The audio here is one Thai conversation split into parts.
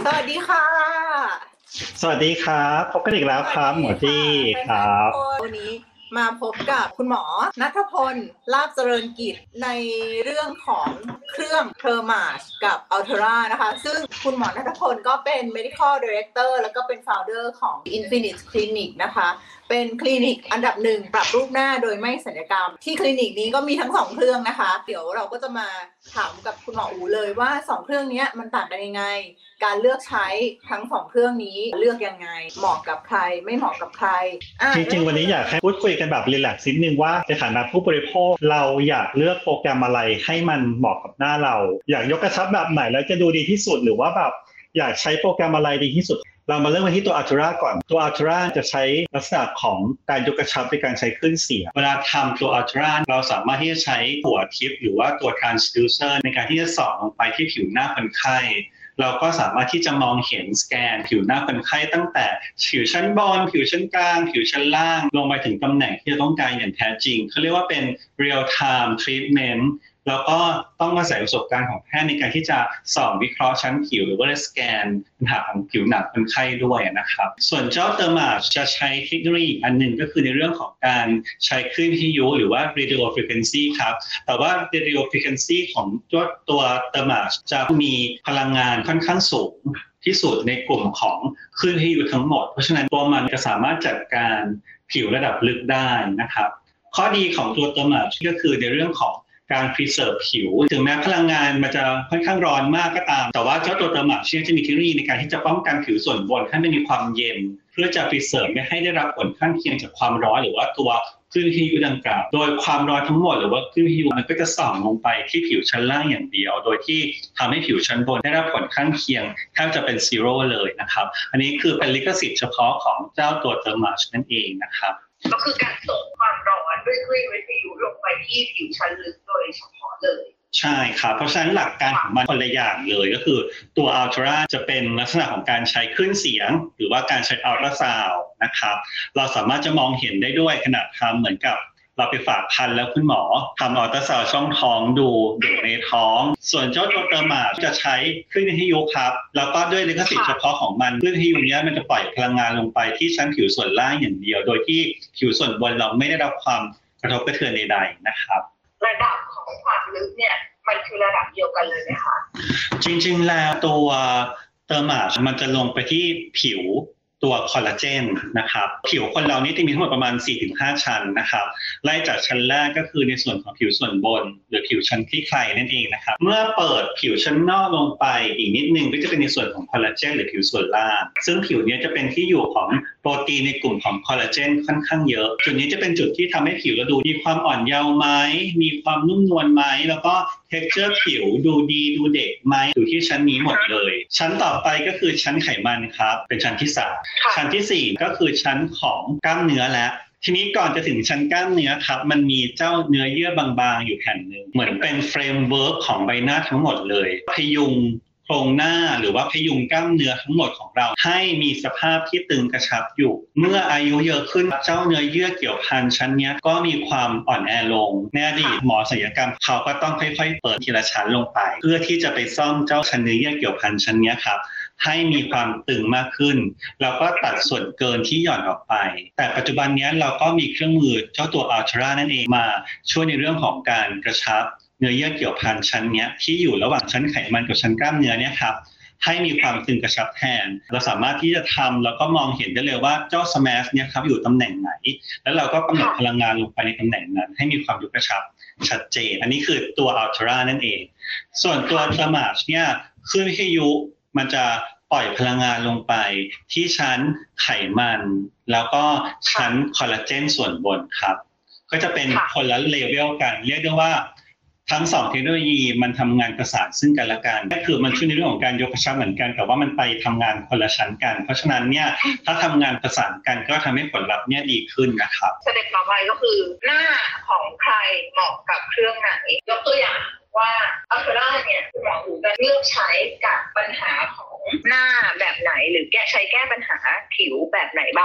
สวัสดีค่ะสวัสดีครับพบกันอีกแล้วสวัครับสดีหมอจี้ค่ะครัแฟนๆทุกบคนวันนี้มาพบกับคุณหมอณัฐพลลาภเจริญกิจในเรื่องของเครื่องเทอร์มาชกับอัลเทรานะคะซึ่งคุณหมอณัฐพลก็เป็น medical director แล้วก็เป็น founder ของ Infinite Clinic นะคะเป็นคลินิกอันดับหนึ่งปรับรูปหน้าโดยไม่ศัลยกรรมที่คลินิกนี้ก็มีทั้งสองเครื่องนะคะเดี๋ยวเราก็จะมาถามกับคุณหมออูเลยว่าสองเครื่องนี้มันต่างกันยังไงการเลือกใช้ทั้งสองเครื่องนี้เลือกยังไงเหมาะกับใครไม่เหมาะกับใครจริงๆวันนี้อยากให้พูดคุยกันแบบรีแลกซ์นิดนึงว่าในฐานะผู้บริโภคเราอยากเลือกโปรแกรมอะไรให้มันเหมาะกับหน้าเราอยากยกกระชับแบบไหนแล้วจะดูดีที่สุดหรือว่าแบบอยากใช้โปรแกรมอะไรดีที่สุดเรามาเริ่มกันที่ตัว Altura ก่อนตัว Altura จะใช้ลักษณะของการยกกระชับในการใช้คลื่นเสียงเวลาทำตัว Altura เราสามารถที่จะใช้หัวทิปหรือว่าตัว transducer ในการที่จะส่องลงไปที่ผิวหน้าคนไข้เราก็สามารถที่จะมองเห็นสแกนผิวหน้าคนไข้ตั้งแต่ผิวชั้นบนผิวชั้นกลางผิวชั้นล่างลงไปถึงตำแหน่งที่เราต้องการอย่างแท้จริงเขาเรียกว่าเป็น real time treatment แล้วก็ต้องอาศัยประสบการณ์ของแพทย์ในการที่จะส่องวิเคราะห์ชั้นผิวหรือว่าสแกนปัญหาของผิวหนังคนไข้ด้วยนะครับส่วนเจ้าเตอร์มาจะใช้เทคโนโลยีอันหนึ่งก็คือในเรื่องของการใช้คลื่นวิทยุหรือว่า radio frequency ครับแต่ว่า radio frequency ของตัวเตอร์มาจะมีพลังงานค่อนข้างสูงที่สุดในกลุ่มของคลื่นวิทยุทั้งหมดเพราะฉะนั้นตัวมันจะสามารถจัดการผิวระดับลึกได้นะครับข้อดีของตัวเตอร์มาก็คือในเรื่องของการ preserve ผิวถึงแม้พลังงานมันจะค่อนข้างร้อนมากก็ตามแต่ว่าเจ้าตัวเตอร์มาจะมีเทคโนโลยีในการที่จะป้องกันผิวส่วนบนให้ไม่มีความเย็นเพื่อจะ preserve ไม่ให้ได้รับผลข้างเคียงจากความร้อนหรือว่าตัวคลื่นวิทยุดังกล่าวโดยความร้อนทั้งหมดหรือว่าคลื่นวิทยุมันก็จะส่องลงไปที่ผิวชั้นล่างอย่างเดียวโดยที่ทำให้ผิวชั้นบนได้รับผลข้างเคียงแทบจะเป็นซีโร่เลยนะครับอันนี้คือเป็นลิขสิทธิ์เฉพาะของเจ้าตัวเตอร์มานั่นเองนะครับก็คือการส่งความร้อนด้วยคลื่นวิทยุลงไปที่ผิวชั้นลึกโดยเฉพาะเลยใช่ครับเพราะฉะนั้นหลักการของมันคนละอย่างเลยก็คือตัว Ultra จะเป็นลักษณะของการใช้คลื่นเสียงหรือว่าการใช้อัลตราซาวด์นะครับเราสามารถจะมองเห็นได้ด้วยขณะทำเหมือนกับเราไปฝากครรภ์แล้วคุณหมอทำอัลตราซาวด์ช่องท้องดูในท้องส่วนเจ้าตัวเตอร์มาจะใช้คลื่นวิทยุครับแล้วก็ด้วยลิขสิทธิ์เฉพาะของมันคลื่นวิทยุนี้มันจะปล่อยพลังงานลงไปที่ชั้นผิวส่วนล่างอย่างเดียวโดยที่ผิวส่วนบนเราไม่ได้รับความกระทบกระเทือนใดๆนะครับระดับของความลึกเนี่ยมันคือระดับเดียวกันเลยไหมคะจริงๆแล้วตัวเตอร์มามันจะลงไปที่ผิวตัวคอลลาเจนนะครับผิวคนเรานี่จะมีทั้งหมดประมาณ 4-5 ชั้นนะครับไล่จากชั้นแรกก็คือในส่วนของผิวส่วนบนหรือผิวชั้นคลี่คลายนั่นเองนะครับเมื่อเปิดผิวชั้นนอกลงไปอีกนิดนึงก็จะเป็นในส่วนของคอลลาเจนหรือผิวส่วนล่างซึ่งผิวนี้จะเป็นที่อยู่ของโปรตีนในกลุ่มของคอลลาเจนค่อนข้างเยอะจุดนี้จะเป็นจุดที่ทำให้ผิวเราดูมีความอ่อนเยาว์ไหมมีความนุ่มนวลไหมแล้วก็texture ผิวดูดีดูเด็กไหมอยู่ที่ชั้นนี้หมดเลยชั้นต่อไปก็คือชั้นไขมันครับเป็นชั้นที่3ชั้นที่4ก็คือชั้นของกล้ามเนื้อและทีนี้ก่อนจะถึงชั้นกล้ามเนื้อครับมันมีเจ้าเนื้อเยื่อบางๆอยู่แผ่นหนึ่งเหมือนเป็นเฟรมเวิร์กของใบหน้าทั้งหมดเลยพยุงโครงหน้าหรือว่าพยุงกล้ามเนื้อทั้งหมดของเราให้มีสภาพที่ตึงกระชับอยู่เมื่ออายุเยอะขึ้นเจ้าเนื้อเยื่อเกี่ยวพันชั้นนี้ก็มีความอ่อนแอลงในอดีตหมอศัลยกรรมเขาก็ต้องค่อยๆเปิดทีละชั้นลงไปเพื่อที่จะไปซ่อมเจ้าชั้นเนื้อเยื่อเกี่ยวพันชั้นนี้ครับให้มีความตึงมากขึ้นแล้วก็ตัดส่วนเกินที่หย่อนออกไปแต่ปัจจุบันนี้เราก็มีเครื่องมือเจ้าตัว Ultra นั่นเองมาช่วยในเรื่องของการกระชับเนื้อเยื่อเกี่ยวพันชั้นนี้ที่อยู่ระหว่างชั้นไขมันกับชั้นกล้ามเนื้อเนี่ยครับให้มีความตึงกระชับแทนเราสามารถที่จะทำแล้วก็มองเห็นได้เลยว่าเจ้า Smash เนี่ยครับอยู่ตำแหน่งไหนแล้วเราก็กำหนดพลังงานลงไปในตำแหน่งนั้นให้มีความยุบกระชับชัดเจนอันนี้คือตัว Ultra นั่นเองส่วนตัว Smash เนี่ยคลื่นวิทยุมันจะปล่อยพลังงานลงไปที่ชั้นไขมันแล้วก็ชั้นคอลลาเจนส่วนบนครับก็จะเป็นคนละเลเวลกันเรียกได้ว่าทั้ง2เทคโนโลยีมันทำงานประสานซึ่งกันและกันก็คือมันช่วยในเรื่องของการยกกระชับเหมือนกันแต่ว่ามันไปทำงานคนละชั้นกันเพราะฉะนั้นเนี่ยถ้าทำงานประสานกันก็ทำให้ผลลัพธ์เนี่ยดีขึ้นนะครับสเต็ปต่อไปก็คือหน้าของใครเหมาะกับเครื่องไหนยกตัวอย่างว่าอัลเทอร่าเนี่ยคุณหมอหูจะเลือกใช้กับปัญหาของหน้าแบบไหนหรือใช้แก้ปัญหาผิวแบบไหนบ้างค่ะ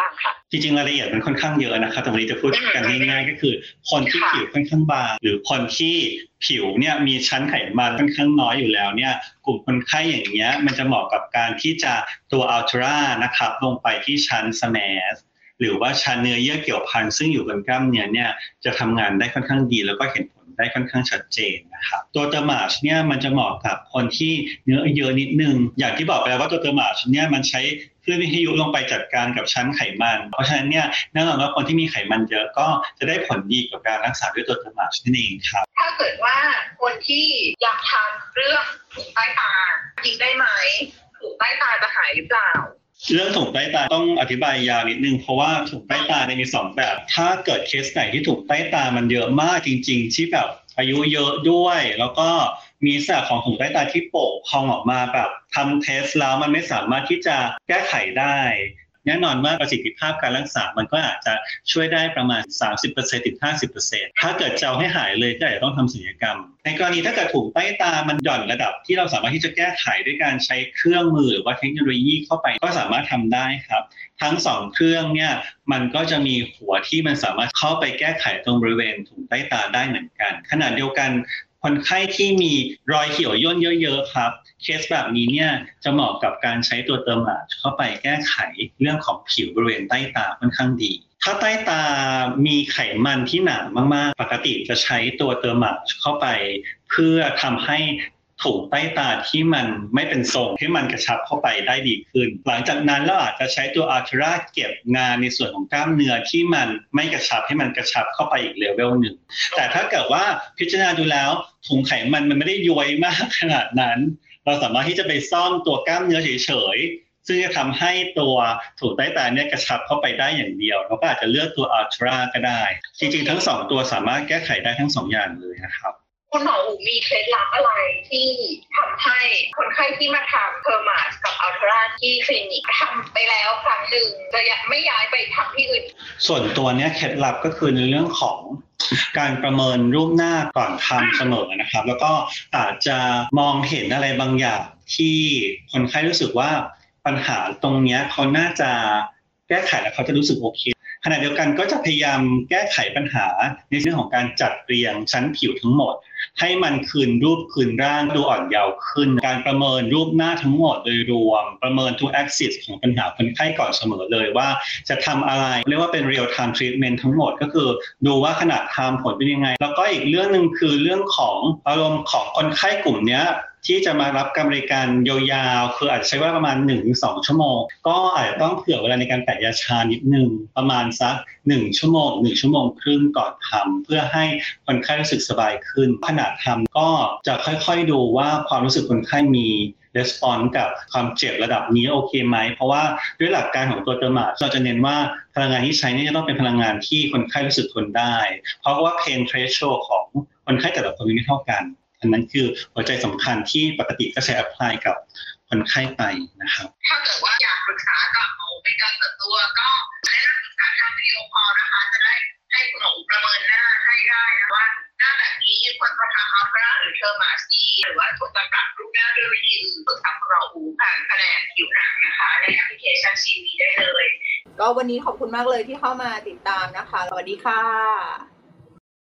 จริงๆรายละเอียดมันค่อนข้างเยอะนะครับแต่วันนี้จะพูดกันง่ายๆก็คือคนที่ผิวค่อนข้างบางหรือคนที่ผิวเนี่ยมีชั้นไขมันค่อนข้างน้อยอยู่แล้วเนี่ยกลุ่มคนไข้อย่างเงี้ยมันจะเหมาะกับการที่จะตัวอัลตรานะครับลงไปที่ชั้นสแมสหรือว่าชั้นเนื้อเยื่อเกี่ยวพันซึ่งอยู่บนกล้ามเนื้อเนี่ยจะทำงานได้ค่อนข้างดีแล้วก็เห็นผลได้ค่อนข้างชัดเจนนะครับตัวเตอร์มาชเนี่ยมันจะเหมาะกับคนที่เนื้อเยอะนิดนึงอย่างที่บอกไปแล้วว่าตัวเตอร์มาชเนี่ยมันใช้คลื่นวิทยุลงไปจัดการกับชั้นไขมันเพราะฉะนั้นเนี่ยแน่นอนว่าคนที่มีไขมันเยอะก็จะได้ผลดีกับการรักษาด้วยตัวเตอร์มาชนั่นเองครับถ้าเกิดว่าคนที่อยากทำเรื่องถุงใต้ตายิงได้ไหมถุงใต้ตาจะหายหรือเปล่าเรื่องถุงใต้ตาต้องอธิบายยาวนิดนึงเพราะว่าถุงใต้ตามี2แบบถ้าเกิดเคสไหนที่ถุงใต้ตามันเยอะมากจริงๆที่แบบอายุเยอะด้วยแล้วก็มีลักษณะของถุงใต้ตาที่โป่งพองออกมาแบบทำเทสแล้วมันไม่สามารถที่จะแก้ไขได้แน่นอนว่าประสิทธิภาพการรักษามันก็อาจจะช่วยได้ประมาณ 30% ถึง 50% ถ้าเกิดจะเอาให้หายเลยก็อาจจะต้องทำศัลยกรรมในกรณีถ้าเกิดถุงใต้ตามันหย่อนระดับที่เราสามารถที่จะแก้ไขด้วยการใช้เครื่องมือหรือว่าเทคโนโลยีเข้าไปก็สามารถทำได้ครับทั้ง2เครื่องเนี่ยมันก็จะมีหัวที่มันสามารถเข้าไปแก้ไขตรงบริเวณถุงใต้ตาได้เหมือนกันขณะเดียวกันคนไข้ที่มีรอยเหี่ยวย่นเยอะๆครับเคสแบบนี้เนี่ยจะเหมาะกับการใช้ตัวเติมหลาเข้าไปแก้ไขเรื่องของผิวบริเวณใต้ตาค่อนข้างดีถ้าใต้ตามีไขมันที่หนามากๆปกติจะใช้ตัวเติมหลาเข้าไปเพื่อทำให้ถุงใต้ตาที่มันไม่เป็นทรงให้มันกระชับเข้าไปได้ดีขึ้นหลังจากนั้นเราอาจจะใช้ตัวอัลตราเก็บงานในส่วนของกล้ามเนื้อที่มันไม่กระชับให้มันกระชับเข้าไปอีกเลเวลหนึ่งแต่ถ้าเกิดว่าพิจารณาดูแล้วถุงไขมันไม่ได้ย้วยมากขนาดนั้นเราสามารถที่จะไปซ่อมตัวกล้ามเนื้อเฉยๆซึ่งจะทำให้ตัวถุงใต้ตาเนี่ยกระชับเข้าไปได้อย่างเดียวเราก็อาจจะเลือกตัวอัลตราก็ได้จริงๆทั้ง2ตัวสามารถแก้ไขได้ทั้ง2อย่างเลยนะครับคุณหมออูมีเคล็ดลับอะไรที่ทำให้คนไข้ที่มาทำเทอร์มาสกับอัลตราที่คลินิกทำไปแล้วครั้งหนึ่งจะไม่ย้ายไปทำที่อื่นส่วนตัวเนี้ยเคล็ดลับก็คือในเรื่องของการประเมินรูปหน้าก่อนทำเสมอนะครับแล้วก็อาจจะมองเห็นอะไรบางอย่างที่คนไข้รู้สึกว่าปัญหาตรงเนี้ยเขาน่าจะแก้ไขแล้วเขาจะรู้สึกโอเคขณะเดียวกันก็จะพยายามแก้ไขปัญหาในเรื่องของการจัดเรียงชั้นผิวทั้งหมดให้มันคืนรูปคืนร่างดูอ่อนเยาว์ขึ้นการประเมินรูปหน้าทั้งหมดโดยรวมประเมินทุก axis ของปัญหาคนไข้ก่อนเสมอเลยว่าจะทำอะไรเรียกว่าเป็น real time treatment ทั้งหมดก็คือดูว่าขนาดทำผลเป็นยังไงแล้วก็อีกเรื่องนึงคือเรื่องของอารมณ์ของคนไข้กลุ่มนี้ที่จะมารับการบริการยาวๆคืออาจจะใช้เวลาประมาณ 1-2 ชั่วโมงก็อาจจะต้องเผื่อเวลาในการแปะยาชานิดนึงประมาณสัก1 ชั่วโมง 1 ชั่วโมงครึ่งก่อนทำเพื่อให้คนไข้รู้สึกสบายขึ้นขณะทำก็จะค่อยๆดูว่าความรู้สึกคนไข้มีresponse กับความเจ็บระดับนี้โอเคไหมเพราะว่าด้วยหลักการของตัวเตอร์มาเราจะเน้นว่าพลังงานที่ใช้นี่จะต้องเป็นพลังงานที่คนไข้รู้สึกทนได้เพราะว่า pain threshold ของคนไข้แต่ละคนไม่เท่ากันอันนั้นคือหัวใจสำคัญที่ปกติก็ใช้ apply กับคนไข้ไปนะครับถ้าเกิดว่าอยากปรึกษากับหมอในการเปิดตัวก็ได้รับปรึกษาทางวิดีโอคอลนะคะจะได้ให้คุณหมอประเมินหน้าให้ได้นะว่าหน้าแบบนี้ควรจะทำอัลตราหรือเทอร์มาสดีหรือว่าควรจะปรับรูปหน้าด้วยวิธีอื่นปรึกษาคุณหมออูผ่านแผนกผิวหนังนะคะในแอปพลิเคชันชีวีได้เลยก็วันนี้ขอบคุณมากเลยที่เข้ามาติดตามนะคะสวัสดีค่ะ